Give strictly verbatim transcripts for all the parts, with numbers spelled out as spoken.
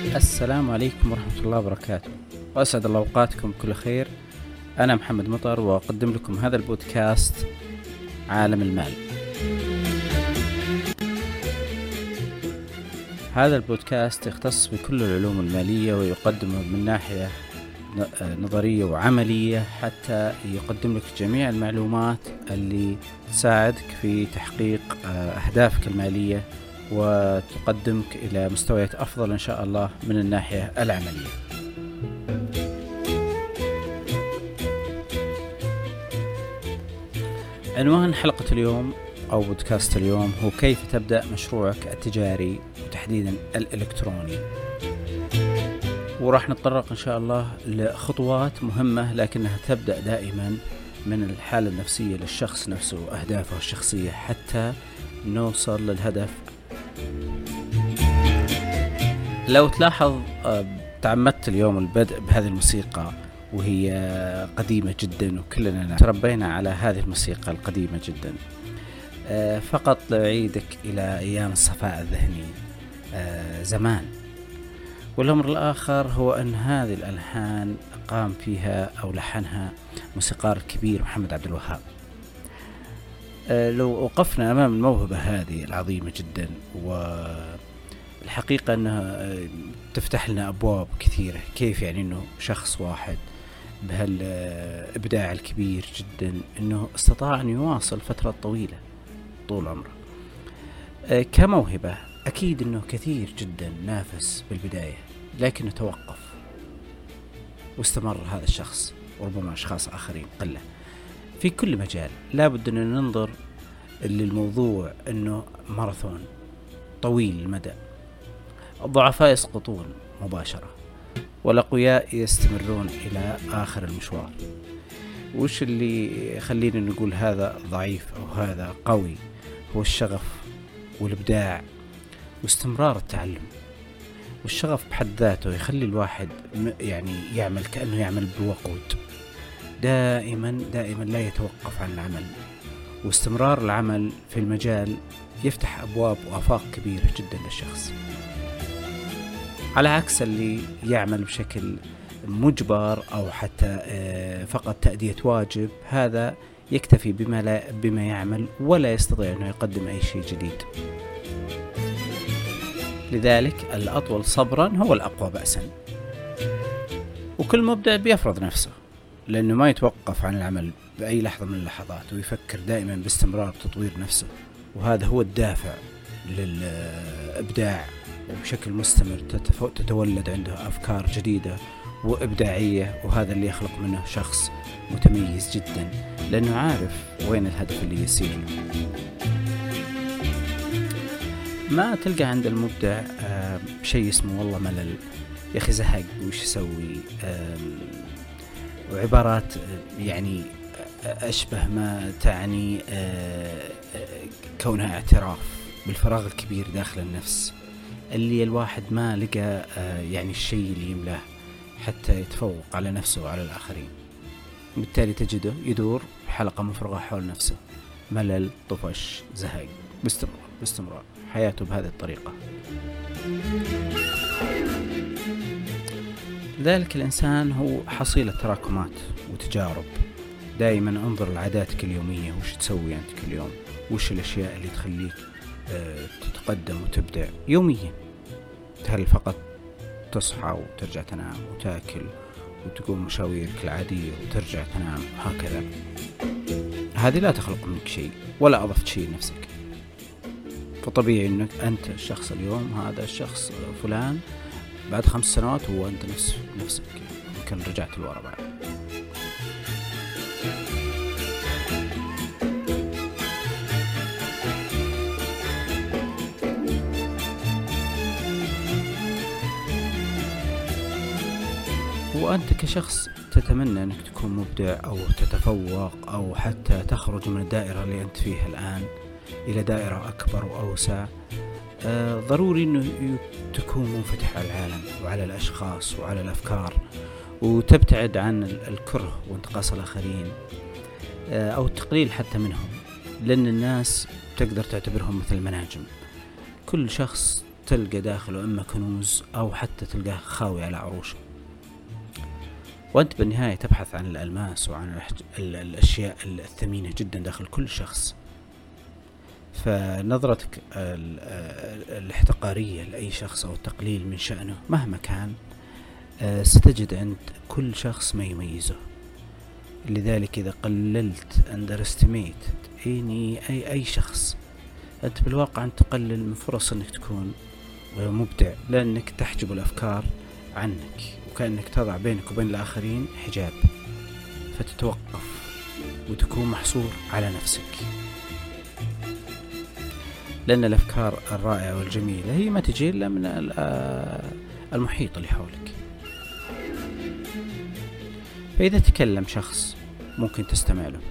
السلام عليكم ورحمة الله وبركاته، وأسعد الله أوقاتكم بكل خير. أنا محمد مطر وأقدم لكم هذا البودكاست عالم المال. هذا البودكاست يختص بكل العلوم المالية ويقدم من ناحية نظرية وعملية حتى يقدم لك جميع المعلومات اللي تساعدك في تحقيق أهدافك المالية وتقدمك إلى مستويات أفضل إن شاء الله من الناحية العملية. عنوان حلقة اليوم أو بودكاست اليوم هو كيف تبدأ مشروعك التجاري وتحديدا الإلكتروني، وراح نتطرق إن شاء الله لخطوات مهمة لكنها تبدأ دائما من الحالة النفسية للشخص نفسه وأهدافه الشخصية حتى نوصل للهدف. لو تلاحظ تعمدت اليوم البدء بهذه الموسيقى وهي قديمة جدا وكلنا تربينا على هذه الموسيقى القديمة جدا، فقط لأعيدك إلى أيام الصفاء الذهني زمان. والأمر الآخر هو أن هذه الألحان قام فيها أو لحنها موسيقار كبير محمد عبد الوهاب. لو وقفنا أمام الموهبة هذه العظيمة جدا والحقيقة أنها تفتح لنا أبواب كثيرة، كيف يعني أنه شخص واحد بهالإبداع الكبير جدا أنه استطاع أن يواصل فترة طويلة طول عمره كموهبة. أكيد أنه كثير جدا نافس بالبداية لكنه توقف واستمر هذا الشخص وربما أشخاص آخرين قلة في كل مجال. لابد أن ننظر للموضوع أنه ماراثون طويل المدى، الضعفاء يسقطون مباشرة والأقوياء يستمرون إلى آخر المشوار. وش اللي يخلينا نقول هذا ضعيف أو هذا قوي؟ هو الشغف والإبداع واستمرار التعلم. والشغف بحد ذاته يخلي الواحد يعني يعمل كأنه يعمل بوقود، دائما دائما لا يتوقف عن العمل، واستمرار العمل في المجال يفتح أبواب وآفاق كبيرة جدا للشخص، على عكس اللي يعمل بشكل مجبر أو حتى فقط تأدية واجب. هذا يكتفي بما, لا بما يعمل ولا يستطيع أنه يقدم أي شيء جديد. لذلك الأطول صبرا هو الأقوى بأسا، وكل مبدع بيفرض نفسه لأنه ما يتوقف عن العمل بأي لحظة من اللحظات ويفكر دائما باستمرار تطوير نفسه، وهذا هو الدافع للإبداع. وبشكل مستمر تتولد عنده أفكار جديدة وإبداعية، وهذا اللي يخلق منه شخص متميز جدا لأنه عارف وين الهدف اللي يسير له. ما تلقى عند المبدع شيء اسمه والله ملل، يا أخي زهق وش يسوي، وعبارات يعني أشبه ما تعني كونها اعتراف بالفراغ الكبير داخل النفس اللي الواحد ما لقى يعني الشيء اللي يملاه حتى يتفوق على نفسه وعلى الآخرين. بالتالي تجده يدور حلقة مفرغة حول نفسه، ملل، طفش، زهق، باستمرار باستمرار حياته بهذه الطريقة. لذلك الإنسان هو حصيلة تراكمات وتجارب. دائما انظر لعاداتك اليومية، وش تسوي أنت كل يوم، وش الأشياء اللي تخليك أه تتقدم وتبدع يوميا. هل فقط تصحى وترجع تنام وتأكل وتقوم مشاويرك العادية وترجع تنام هكذا؟ هذه لا تخلق منك شيء ولا أضفت شيء لنفسك. فطبيعي أنك أنت الشخص اليوم هذا الشخص فلان، بعد خمس سنوات هو أنت نفس نفسك، يمكن رجعت الورا بعد. وأنت كشخص تتمنى أنك تكون مبدع أو تتفوق أو حتى تخرج من الدائرة اللي أنت فيها الآن إلى دائرة أكبر وأوسع. آه ضروري أنه تكون منفتح على العالم وعلى الأشخاص وعلى الأفكار، وتبتعد عن الكره وانتقاص الآخرين آه أو التقليل حتى منهم، لأن الناس تقدر تعتبرهم مثل المناجم. كل شخص تلقى داخله إما كنوز أو حتى تلقاه خاوي على عروشه، وأنت بالنهاية تبحث عن الألماس وعن الأشياء الثمينة جدا داخل كل شخص. فنظرتك الاحتقارية لأي شخص أو التقليل من شأنه مهما كان ستجد عند كل شخص ما يميزه. لذلك إذا قللت underestimated أي أي شخص، أنت بالواقع أنت تقلل من فرص أنك تكون مبدع، لأنك تحجب الأفكار عنك، وكأنك تضع بينك وبين الآخرين حجاب، فتتوقف وتكون محصور على نفسك. لأن الأفكار الرائعة والجميلة هي ما تجي إلا من المحيط اللي حولك. فإذا تكلم شخص ممكن تستمع له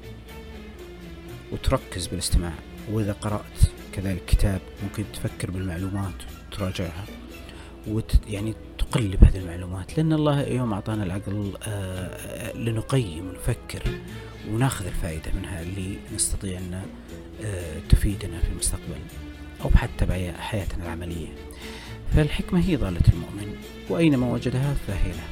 وتركز بالاستماع، وإذا قرأت كذلك كتاب ممكن تفكر بالمعلومات وتراجعها وت يعني تقلب هذه المعلومات، لأن الله يوم أعطانا العقل آه لنقيم ونفكر وناخذ الفائدة منها اللي نستطيع أن آه تفيدنا في المستقبل أو حتى بحياتنا العملية. فالحكمة هي ضالة المؤمن، وأينما وجدها فهي له.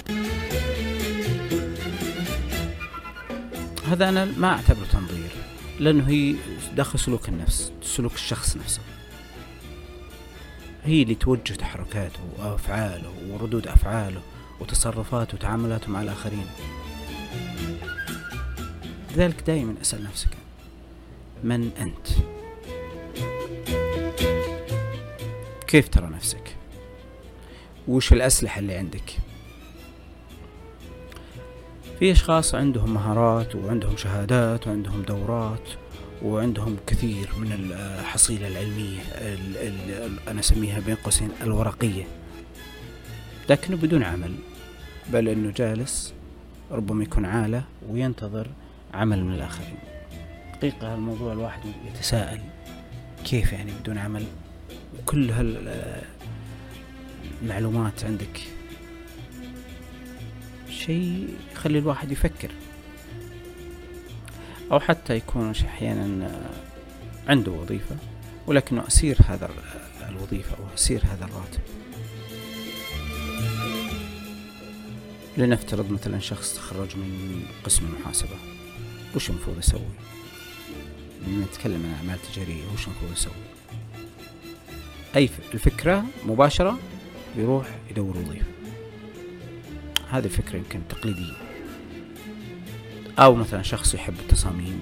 هذا أنا ما أعتبره تنظير، لأنه هي داخل سلوك النفس، سلوك الشخص نفسه، هي اللي توجه تحركاته وأفعاله وردود أفعاله وتصرفاته وتعاملاته مع الآخرين. لذلك دائما أسأل نفسك من أنت؟ كيف ترى نفسك؟ وش الأسلحة اللي عندك؟ في أشخاص عندهم مهارات وعندهم شهادات وعندهم دورات وعندهم كثير من الحصيلة العلمية ال ال أنا أسميها بين قوسين الورقية، لكنه بدون عمل، بل أنه جالس ربما يكون عالة وينتظر عمل من الآخرين. حقيقة الموضوع الواحد يتساءل كيف يعني بدون عمل وكل هالمعلومات عندك؟ شيء يخلي الواحد يفكر. أو حتى يكون أحيانا عنده وظيفة ولكنه أسير هذا الوظيفة أو أسير هذا الراتب. لنفترض مثلا شخص تخرج من قسم المحاسبة، وش المفروض يسوي؟ نتكلم عن أعمال تجارية، وش المفروض يسوي؟ أي الفكرة مباشرة يروح يدور وظيفة، هذه الفكرة يمكن تقليدية. أو مثلا شخص يحب التصاميم،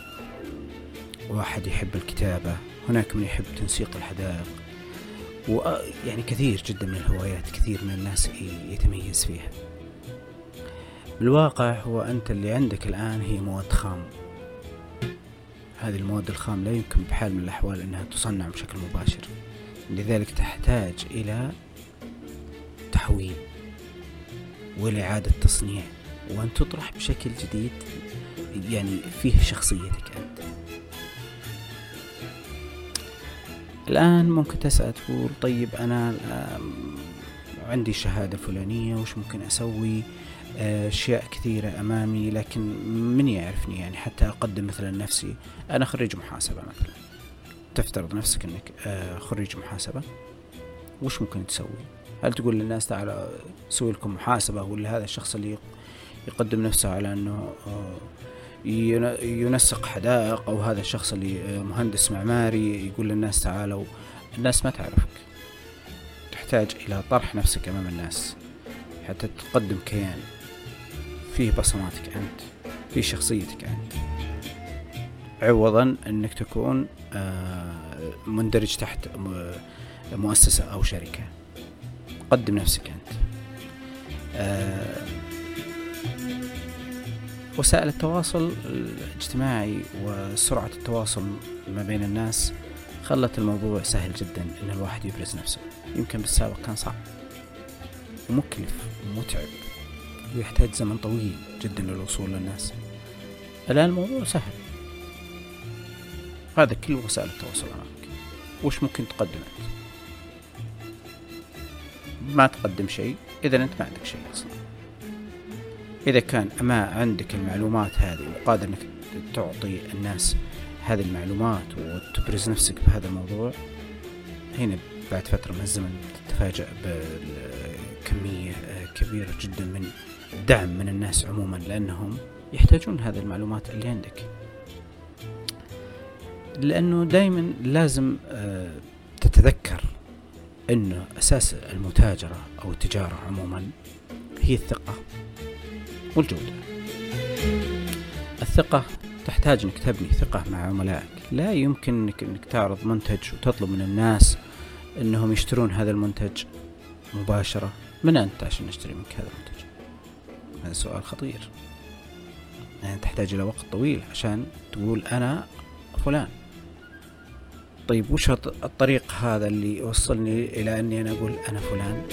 واحد يحب الكتابة، هناك من يحب تنسيق الحدائق، ويعني كثير جدا من الهوايات كثير من الناس يتميز فيها. بالواقع هو أنت اللي عندك الآن هي مواد خام، هذه المواد الخام لا يمكن بحال من الأحوال أنها تصنع بشكل مباشر، لذلك تحتاج إلى تحويل والإعادة تصنيع، وأن تطرح بشكل جديد يعني فيه شخصيتك أنت. الآن ممكن تسأل تقول طيب أنا عندي شهادة فلانية، وش ممكن أسوي؟ أشياء كثيرة أمامي، لكن من يعرفني يعني حتى أقدم مثلا نفسي؟ أنا خريج محاسبة مثلا، تفترض نفسك أنك خريج محاسبة، وش ممكن تسوي؟ هل تقول للناس تعالوا سوي لكم محاسبة، ولا هذا الشخص اللي يقدم نفسه على أنه ينسق حدائق، أو هذا الشخص اللي مهندس معماري يقول للناس تعالوا؟ الناس ما تعرفك، تحتاج إلى طرح نفسك أمام الناس حتى تقدم كيان فيه بصماتك أنت، فيه شخصيتك أنت، عوضا أنك تكون مندرج تحت مؤسسة أو شركة. قدم نفسك أنت. وسائل التواصل الاجتماعي وسرعة التواصل ما بين الناس خلت الموضوع سهل جدا إن الواحد يبرز نفسه. يمكن بالسابق كان صعب ومكلف ومتعب ويحتاج زمن طويل جدا للوصول للناس. الآن الموضوع سهل، هذا كل وسائل التواصل أمامك. وش ممكن تقدم أنت؟ ما تقدم شيء إذا أنت ما عندك شيء أصلا. إذا كان ما عندك المعلومات هذه وقادر أنك تعطي الناس هذه المعلومات وتبرز نفسك بهذا الموضوع، هنا بعد فترة من الزمن تتفاجأ بكمية كبيرة جدا من الدعم من الناس عموما، لأنهم يحتاجون هذه المعلومات اللي عندك. لأنه دائما لازم تتذكر أنه أساس المتاجرة أو التجارة عموما هي الثقة والجودة. الثقة تحتاج أنك تبني ثقة مع عملائك. لا يمكن أنك, أنك تعرض منتج وتطلب من الناس أنهم يشترون هذا المنتج مباشرة. من أنت عشان نشتري منك هذا المنتج؟ هذا سؤال خطير. يعني تحتاج إلى وقت طويل عشان تقول أنا فلان. طيب وش الطريق هذا اللي يوصلني إلى أني أنا أقول أنا فلان؟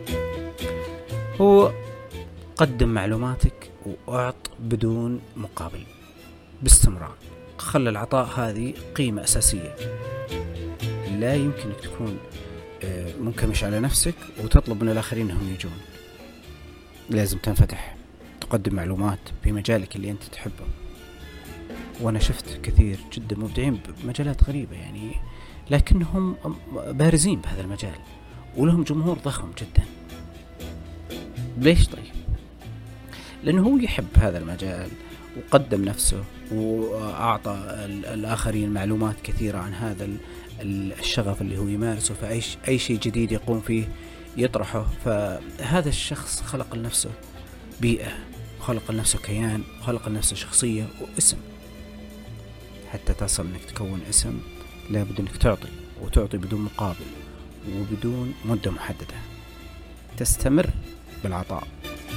هو قدم معلوماتك وأعط بدون مقابل باستمرار. خلي العطاء هذه قيمة أساسية. لا يمكنك تكون منكمش على نفسك وتطلب من الآخرين أنهم يجون. لازم تنفتح، تقدم معلومات بمجالك اللي أنت تحبه. وأنا شفت كثير جدا مبدعين بمجالات غريبة يعني، لكنهم بارزين بهذا المجال ولهم جمهور ضخم جدا. ليش؟ طيب لأنه هو يحب هذا المجال وقدم نفسه وأعطى الآخرين معلومات كثيرة عن هذا الشغف اللي هو يمارسه، فأي أي شيء جديد يقوم فيه يطرحه. فهذا الشخص خلق لنفسه بيئة، خلق لنفسه كيان، خلق لنفسه شخصية واسم. حتى تصل انك تكون اسم لابد انك تعطي، وتعطي بدون مقابل وبدون مدة محددة. تستمر بالعطاء.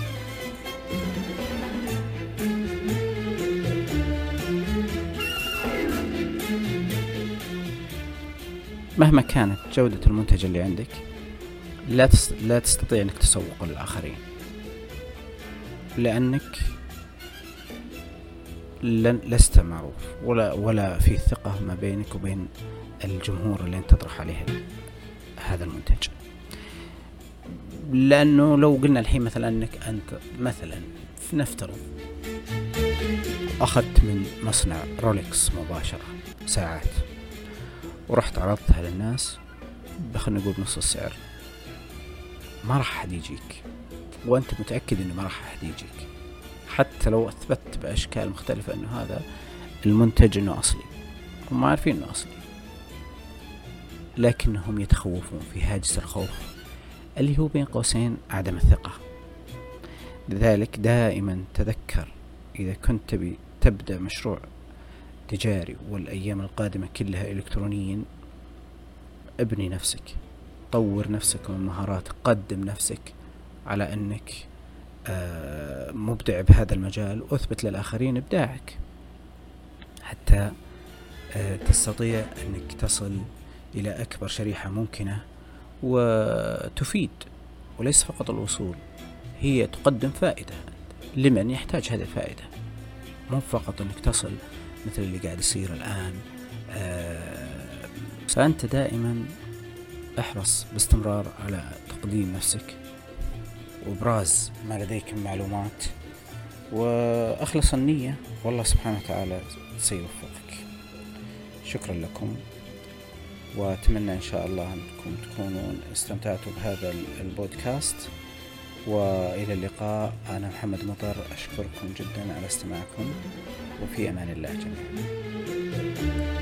مهما كانت جودة المنتج اللي عندك لا تس... لا تستطيع انك تسوق للآخرين، لأنك لن لست معروف ولا ولا في ثقة ما بينك وبين الجمهور اللي انت تطرح عليه هذا المنتج. لأنه لو قلنا الحين مثلا أنك أنت مثلا نفترض أخذت من مصنع رولكس مباشرة ساعات ورحت عرضتها للناس خلينا نقول نص السعر، ما راح أحد يجيك، وأنت متأكد إنه ما راح أحد يجيك حتى لو أثبت بأشكال مختلفة إنه هذا المنتج إنه أصلي. هم عارفين إنه أصلي، لكنهم يتخوفون في هاجس الخوف اللي هو بين قوسين عدم الثقة. لذلك دائما تذكر إذا كنت تبي تبدأ مشروع تجاري والأيام القادمة كلها إلكترونيا، ابني نفسك، طور نفسك من مهاراتك، قدم نفسك على أنك مبدع بهذا المجال، وأثبت للآخرين إبداعك حتى تستطيع أنك تصل إلى أكبر شريحة ممكنة وتفيد. وليس فقط الوصول، هي تقدم فائدة لمن يحتاج هذه الفائدة، مو فقط أنك تصل مثل اللي قاعد يصير الآن. فأنت دائما احرص باستمرار على تقديم نفسك وإبراز ما لديك من معلومات، وأخلص النية والله سبحانه وتعالى سيوفقك. شكرا لكم، وأتمنى إن شاء الله أنكم تكونوا استمتعتوا بهذا البودكاست، وإلى اللقاء. أنا محمد مطر، أشكركم جدا على استماعكم، وفي أمان الله جميعا.